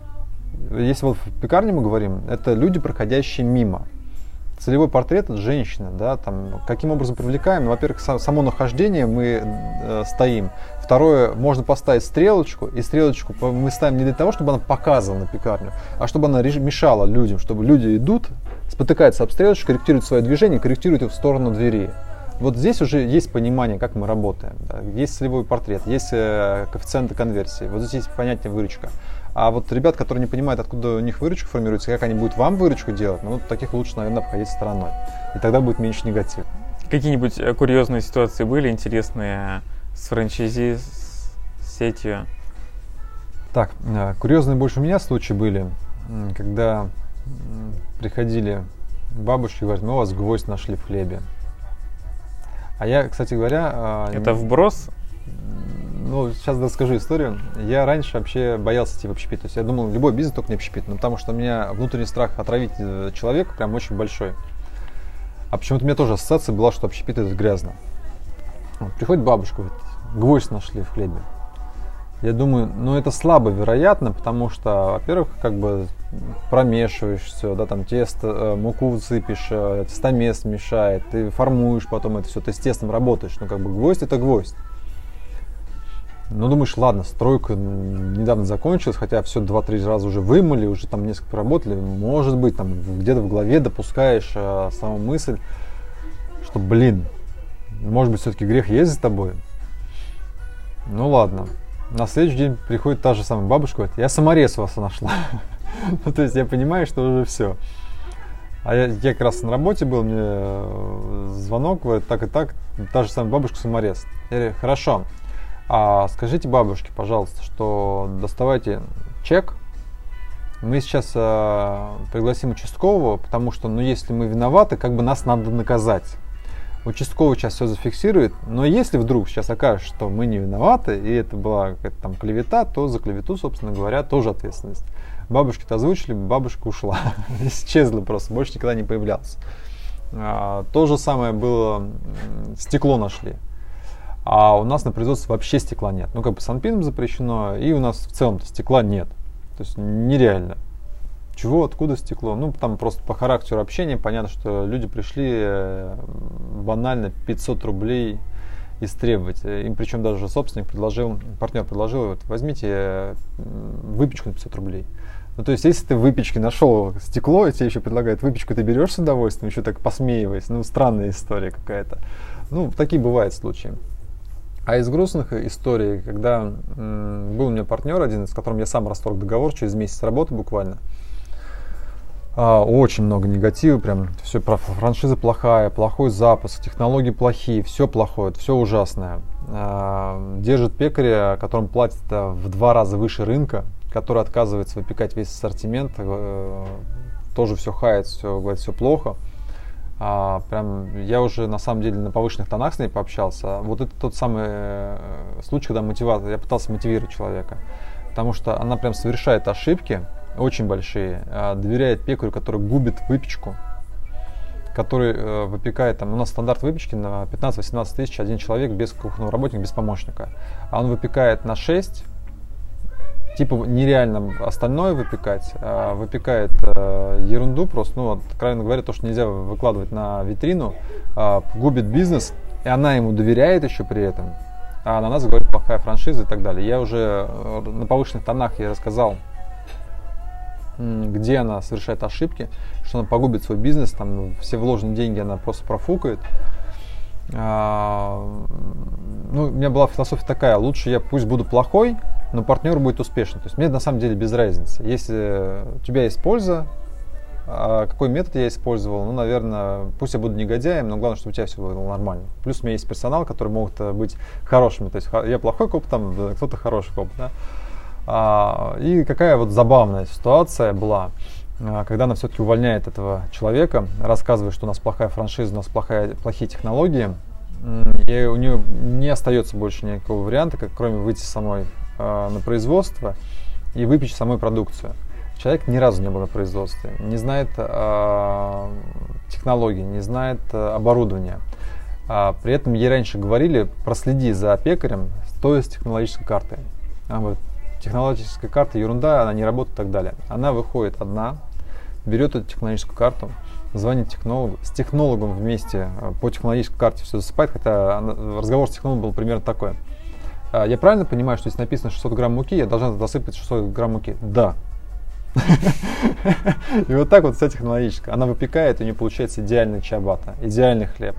Если вот в пекарне мы говорим, это люди, проходящие мимо. Целевой портрет – это женщина, да, там, каким образом привлекаем? Ну, во-первых, само нахождение мы стоим. Второе, можно поставить стрелочку, и стрелочку мы ставим не для того, чтобы она показывала на пекарню, а чтобы она мешала людям, чтобы люди идут, спотыкаются об стрелочку, корректируют свое движение, корректируют их в сторону двери. Вот здесь уже есть понимание, как мы работаем. Да. Есть целевой портрет, есть коэффициенты конверсии, вот здесь есть понятие выручка. А вот ребят, которые не понимают, откуда у них выручка формируется, как они будут вам выручку делать, ну, таких лучше, наверное, обходить стороной. И тогда будет меньше негатива. Какие-нибудь курьезные ситуации были интересные с франчайзи, с сетью? Так, курьезные больше у меня случаи были, когда приходили бабушки и говорят, мы у вас гвоздь нашли в хлебе. А я, кстати говоря... Это вброс? Ну, сейчас расскажу историю. Я раньше вообще боялся идти в общепит. То есть я думал, любой бизнес только не общепит. Ну, потому что у меня внутренний страх отравить человека прям очень большой. А почему-то у меня тоже ассоциация была, что общепит это грязно. Вот, приходит бабушка, говорит, гвоздь нашли в хлебе. Я думаю, ну это слабо вероятно, потому что, во-первых, как бы промешиваешь все, да, там тесто, муку сыпешь, тестомес мешает, ты формуешь потом это все, ты с тестом работаешь. Ну, как бы гвоздь это гвоздь. Ну, думаешь, ладно, стройка недавно закончилась, хотя все 2-3 раза уже вымыли, уже там несколько поработали. Может быть, там где-то в голове допускаешь саму мысль, что, блин, может быть, все-таки грех есть за тобой. Ну, ладно. На следующий день приходит та же самая бабушка, говорит, я саморез у вас нашла. Ну, то есть я понимаю, что уже все. А я как раз на работе был, мне звонок, говорит, так и так, та же самая бабушка саморез. Я говорю, хорошо. А скажите бабушке, пожалуйста, что доставайте чек. Мы сейчас пригласим участкового, потому что, ну, если мы виноваты, как бы нас надо наказать. Участковый сейчас все зафиксирует, но если вдруг сейчас окажется, что мы не виноваты, и это была какая-то там клевета, то за клевету, собственно говоря, тоже ответственность. Бабушки-то озвучили, бабушка ушла, исчезла просто, больше никогда не появлялась. То же самое было, стекло нашли. А у нас на производстве вообще стекла нет. Ну, как бы санпином запрещено, и у нас в целом-то стекла нет. То есть нереально. Чего, откуда стекло? Ну, там просто по характеру общения понятно, что люди пришли банально 500 рублей истребовать. Им причем даже собственник предложил, партнер предложил, вот, возьмите выпечку на 500 рублей. Ну, то есть, если ты в выпечке нашел стекло, и тебе еще предлагают выпечку, ты берешь с удовольствием, еще так посмеиваясь. Ну, странная история какая-то. Ну, такие бывают случаи. А из грустных историй, когда был у меня партнер один, с которым я сам расторг договор через месяц работы буквально, Очень много негатива, прям все, франшиза плохая, плохой запуск, технологии плохие, все плохое, все ужасное. Держит пекаря, которому платят в 2 раза выше рынка, который отказывается выпекать весь ассортимент, тоже все хает, все, говорит, все плохо. Прям я уже на самом деле на повышенных тонах с ней пообщался. Вот это тот самый случай, когда я пытался мотивировать человека, потому что она прям совершает ошибки очень большие, доверяет пекарю, который губит выпечку, который выпекает, там у нас стандарт выпечки на 15-18 тысяч один человек без кухонного работника, без помощника, а он выпекает на 6, типа нереально остальное выпекать, выпекает ерунду просто, ну, откровенно говоря, то, что нельзя выкладывать на витрину, губит бизнес, и она ему доверяет еще при этом, а на нас говорит плохая франшиза и так далее. Я уже на повышенных тонах ей рассказал, где она совершает ошибки, что она погубит свой бизнес, там все вложенные деньги она просто профукает. Ну, у меня была философия такая: лучше я пусть буду плохой, но партнер будет успешный. То есть мне на самом деле без разницы. Если у тебя есть польза, какой метод я использовал, ну, наверное, пусть я буду негодяем, но главное, чтобы у тебя все было нормально. Плюс у меня есть персонал, который могут быть хорошими. То есть я плохой коп, там кто-то хороший коп, да? И какая вот забавная ситуация была, когда она все-таки увольняет этого человека, рассказывает, что у нас плохая франшиза, у нас плохие технологии, и у нее не остается больше никакого варианта, как кроме выйти самой на производство и выпечь самой продукцию. Человек ни разу не был на производстве, не знает технологий, не знает оборудования. При этом ей раньше говорили: проследи за пекарем, стоя с технологической картой. Она говорит: технологическая карта ерунда, она не работает и так далее. Она выходит одна, берет эту технологическую карту, звонит технологу, с технологом вместе по технологической карте все засыпает, хотя разговор с технологом был примерно такой: я правильно понимаю, что если написано 600 грамм муки, я должна засыпать 600 грамм муки? Да. И вот так вот вся технологическая. Она выпекает, у нее получается идеальный чиабатта, идеальный хлеб.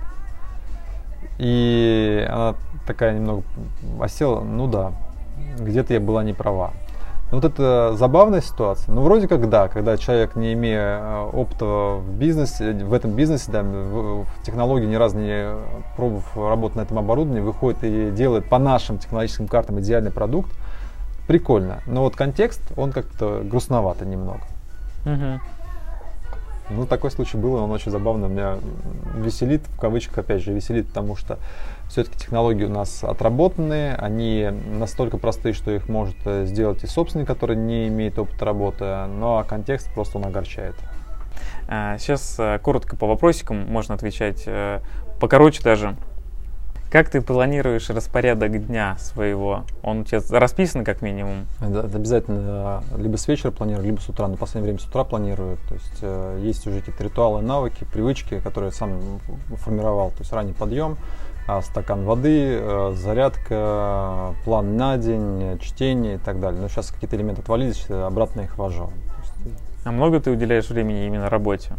И она такая немного осела: ну да, где-то я была не права. Вот это забавная ситуация. Ну, вроде как да, когда человек, не имея опыта в бизнесе, в этом бизнесе, да, в технологии, ни разу не пробовав работать на этом оборудовании, выходит и делает по нашим технологическим картам идеальный продукт, прикольно. Но вот контекст, он как-то грустновато немного. Ну, такой случай был, он очень забавно, меня веселит, в кавычках, опять же, веселит, потому что все-таки технологии у нас отработанные, они настолько простые, что их может сделать и собственник, который не имеет опыта работы, но контекст просто он огорчает. Сейчас коротко по вопросикам можно отвечать, покороче даже. Как ты планируешь распорядок дня своего? Он у тебя расписан как минимум? Это обязательно либо с вечера планирую, либо с утра. Но в последнее время с утра планирую. То есть есть уже какие-то ритуалы, навыки, привычки, которые я сам формировал. То есть ранний подъем, стакан воды, зарядка, план на день, чтение и так далее. Но сейчас какие-то элементы отвалились, обратно их ввожу. А много ты уделяешь времени именно работе?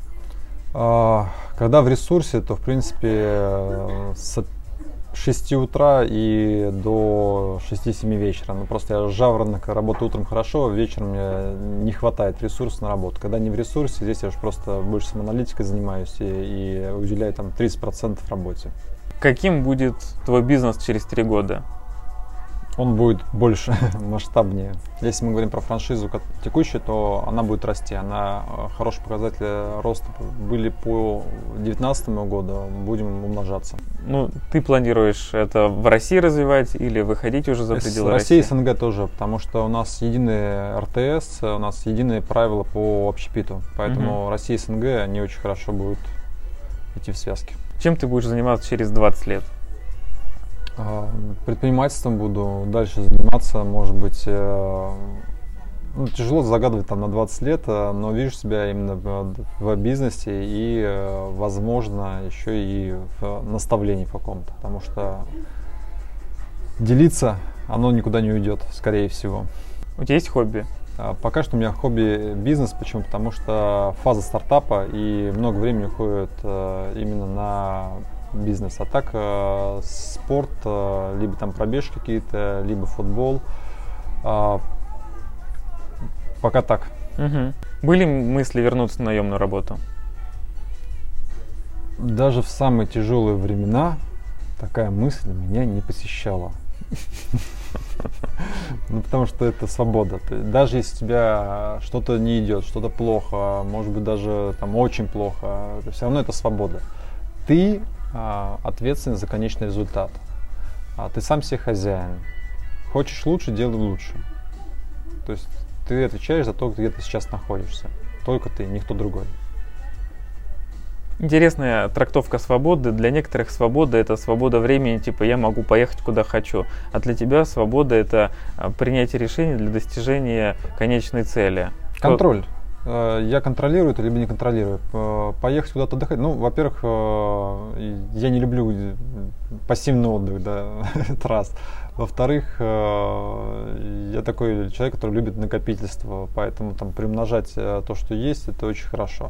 Когда в ресурсе, то в принципе с 6 утра и до 6-7 вечера. Ну, просто я жаворонок, работаю утром хорошо, вечером мне не хватает ресурса на работу. Когда не в ресурсе, здесь я уже просто больше самоаналитикой занимаюсь и уделяю там 30% работе. Каким будет твой бизнес через 3 года? Он будет больше, масштабнее. Если мы говорим про франшизу текущую, то она будет расти. Она хорошие показатели роста были по 2019 году, будем умножаться. Ну, ты планируешь это в России развивать или выходить уже за пределы России? Россия и СНГ тоже, потому что у нас единый РТС, у нас единые правила по общепиту. Поэтому Россия и СНГ, они очень хорошо будут идти в связке. Чем ты будешь заниматься через 20 лет? Предпринимательством буду дальше заниматься, может быть, тяжело загадывать там на 20 лет, но вижу себя именно в бизнесе и, возможно, еще и в наставлении в каком-то, потому что делиться, оно никуда не уйдет, скорее всего. У тебя есть хобби? Пока что у меня хобби бизнес. Почему? Потому что фаза стартапа и много времени уходит именно на бизнес. А так спорт, либо там пробежки какие-то, либо футбол. Пока так. Угу. Были мысли вернуться на наемную работу? Даже в самые тяжелые времена такая мысль меня не посещала. Ну, потому что это свобода. Даже если у тебя что-то не идет, что-то плохо, может быть, даже там очень плохо, все равно это свобода. Ты ответственен за конечный результат. Ты сам себе хозяин. Хочешь лучше, делай лучше. То есть ты отвечаешь за то, где ты сейчас находишься. Только ты, никто другой. Интересная трактовка свободы. Для некоторых свобода — это свобода времени, типа я могу поехать куда хочу. А для тебя свобода — это принятие решений для достижения конечной цели. Контроль. Я контролирую это, либо не контролирую. Поехать куда-то отдыхать. Ну, во-первых, я не люблю пассивный отдых, да, это раз. Во-вторых, я такой человек, который любит накопительство, поэтому там приумножать то, что есть, это очень хорошо.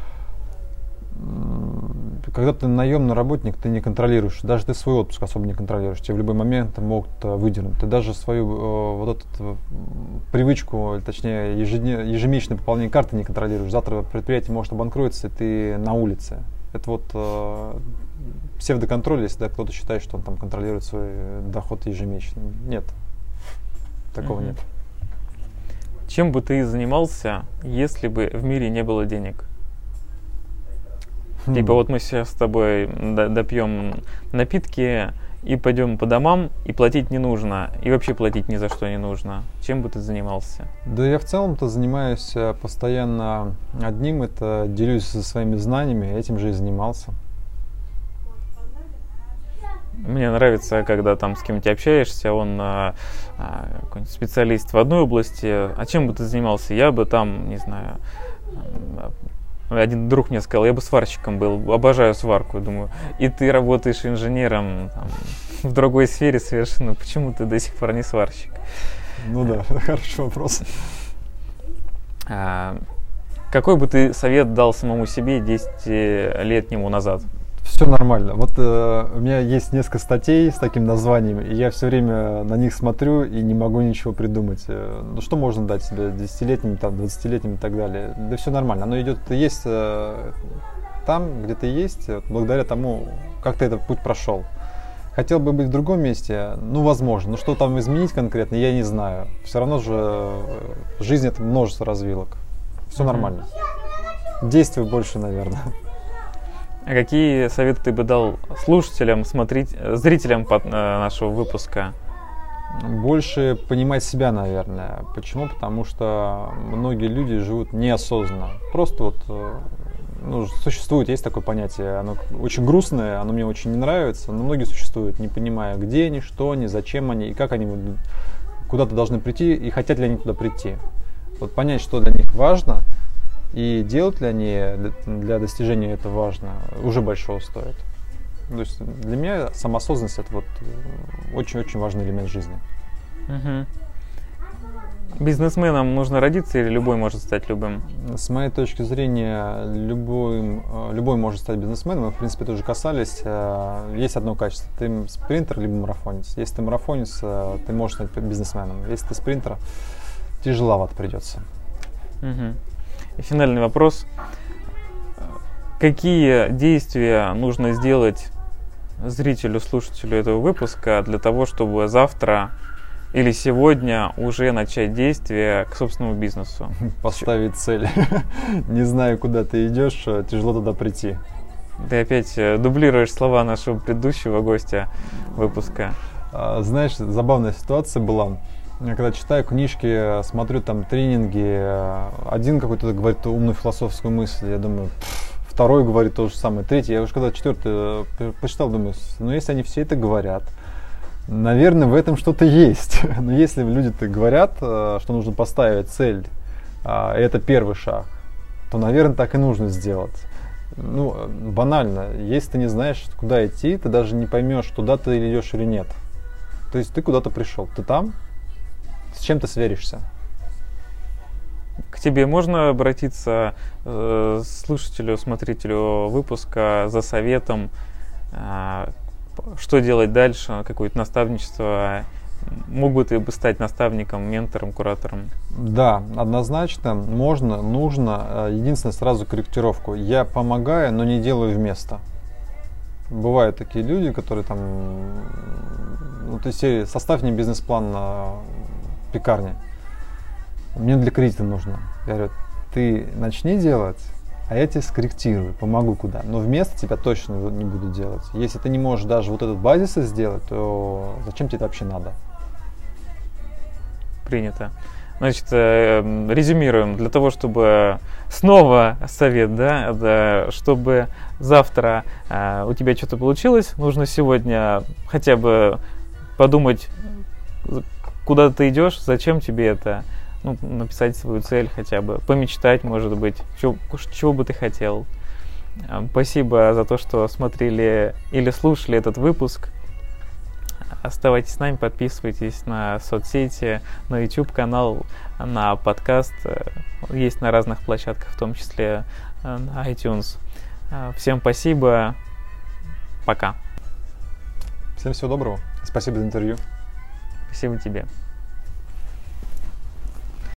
Когда ты наемный работник, ты не контролируешь, даже ты свой отпуск особо не контролируешь, тебе в любой момент могут выдернуть. Ты даже свою вот эту привычку, точнее ежемесячное пополнение карты не контролируешь. Завтра предприятие может обанкротиться, и ты на улице. Это вот псевдоконтроль, если кто-то считает, что он там контролирует свой доход ежемесячный. Нет, такого нет. Чем бы ты занимался, если бы в мире не было денег? Типа вот мы сейчас с тобой допьем напитки и пойдем по домам, и платить не нужно, и вообще платить ни за что не нужно. Чем бы ты занимался? Да я в целом-то занимаюсь постоянно одним, это делюсь со своими знаниями, этим же и занимался. Мне нравится, когда там с кем-то общаешься, он какой-нибудь специалист в одной области, а чем бы ты занимался? Я бы там, не знаю... Один друг мне сказал, я бы сварщиком был, обожаю сварку, думаю. И ты работаешь инженером там, в другой сфере совершенно. Почему ты до сих пор не сварщик? Ну да, хороший вопрос. Какой бы ты совет дал самому себе 10 лет нему назад? Все нормально. Вот у меня есть несколько статей с таким названием, и я все время на них смотрю и не могу ничего придумать. Ну что можно дать себе 10-летним, там, 20-летним и так далее? Да все нормально. Оно идет, есть там, где ты есть, благодаря тому, как ты этот путь прошел. Хотел бы быть в другом месте, ну возможно, но что там изменить конкретно, я не знаю. Все равно же в жизни это множество развилок. Все нормально. Действуй больше, наверное. А какие советы ты бы дал слушателям, зрителям нашего выпуска? Больше понимать себя, наверное. Почему? Потому что многие люди живут неосознанно. Просто вот существует, есть такое понятие, оно очень грустное, оно мне очень не нравится, но многие существуют, не понимая, где они, что они, зачем они и как они куда-то должны прийти и хотят ли они туда прийти. Вот понять, что для них важно, и делать ли они для достижения это важно, уже большого стоит. То есть для меня самоосознанность — это вот очень-очень важный элемент жизни. Бизнесменом нужно родиться или любой может стать любым? С моей точки зрения, любой может стать бизнесменом. Мы, в принципе, тоже касались. Есть одно качество. Ты спринтер либо марафонец. Если ты марафонец, ты можешь стать бизнесменом. Если ты спринтер, тяжеловато придется. И финальный вопрос. Какие действия нужно сделать зрителю, слушателю этого выпуска для того, чтобы завтра или сегодня уже начать действия к собственному бизнесу? Поставить цель. Не знаю, куда ты идешь, тяжело туда прийти. Ты опять дублируешь слова нашего предыдущего гостя выпуска. Знаешь, забавная ситуация была. Я когда читаю книжки, смотрю там тренинги, один какой-то говорит умную философскую мысль, я думаю, второй говорит то же самое, третий. Я уже когда четвертый почитал, думаю, ну если они все это говорят, наверное, в этом что-то есть. Но если люди-то говорят, что нужно поставить цель, и это первый шаг, то, наверное, так и нужно сделать. Ну, банально, если ты не знаешь, куда идти, ты даже не поймешь, туда ты идешь или нет. То есть ты куда-то пришел, ты там, с чем ты сверишься? К тебе можно обратиться слушателю, смотрителю выпуска за советом, что делать дальше, какое-то наставничество мог бы ты стать наставником, ментором, куратором? Да, однозначно, можно, нужно. Единственное, сразу корректировку. Я помогаю, но не делаю вместо. Бывают такие люди, которые там, ну, то есть составь мне бизнес-план на пекарне. Мне для кредита нужно. Я говорю, ты начни делать, а я тебе скорректирую, помогу куда. Но вместо тебя точно не буду делать. Если ты не можешь даже вот этот базис сделать, то зачем тебе это вообще надо? Принято. Значит, резюмируем. Для того, чтобы снова совет, да, чтобы завтра у тебя что-то получилось, нужно сегодня хотя бы подумать, куда ты идешь, зачем тебе это, ну, написать свою цель хотя бы, помечтать, может быть, чего бы ты хотел. Спасибо за то, что смотрели или слушали этот выпуск. Оставайтесь с нами, подписывайтесь на соцсети, на YouTube-канал, на подкаст. Есть на разных площадках, в том числе на iTunes. Всем спасибо. Пока. Всем всего доброго. Спасибо за интервью. Спасибо тебе.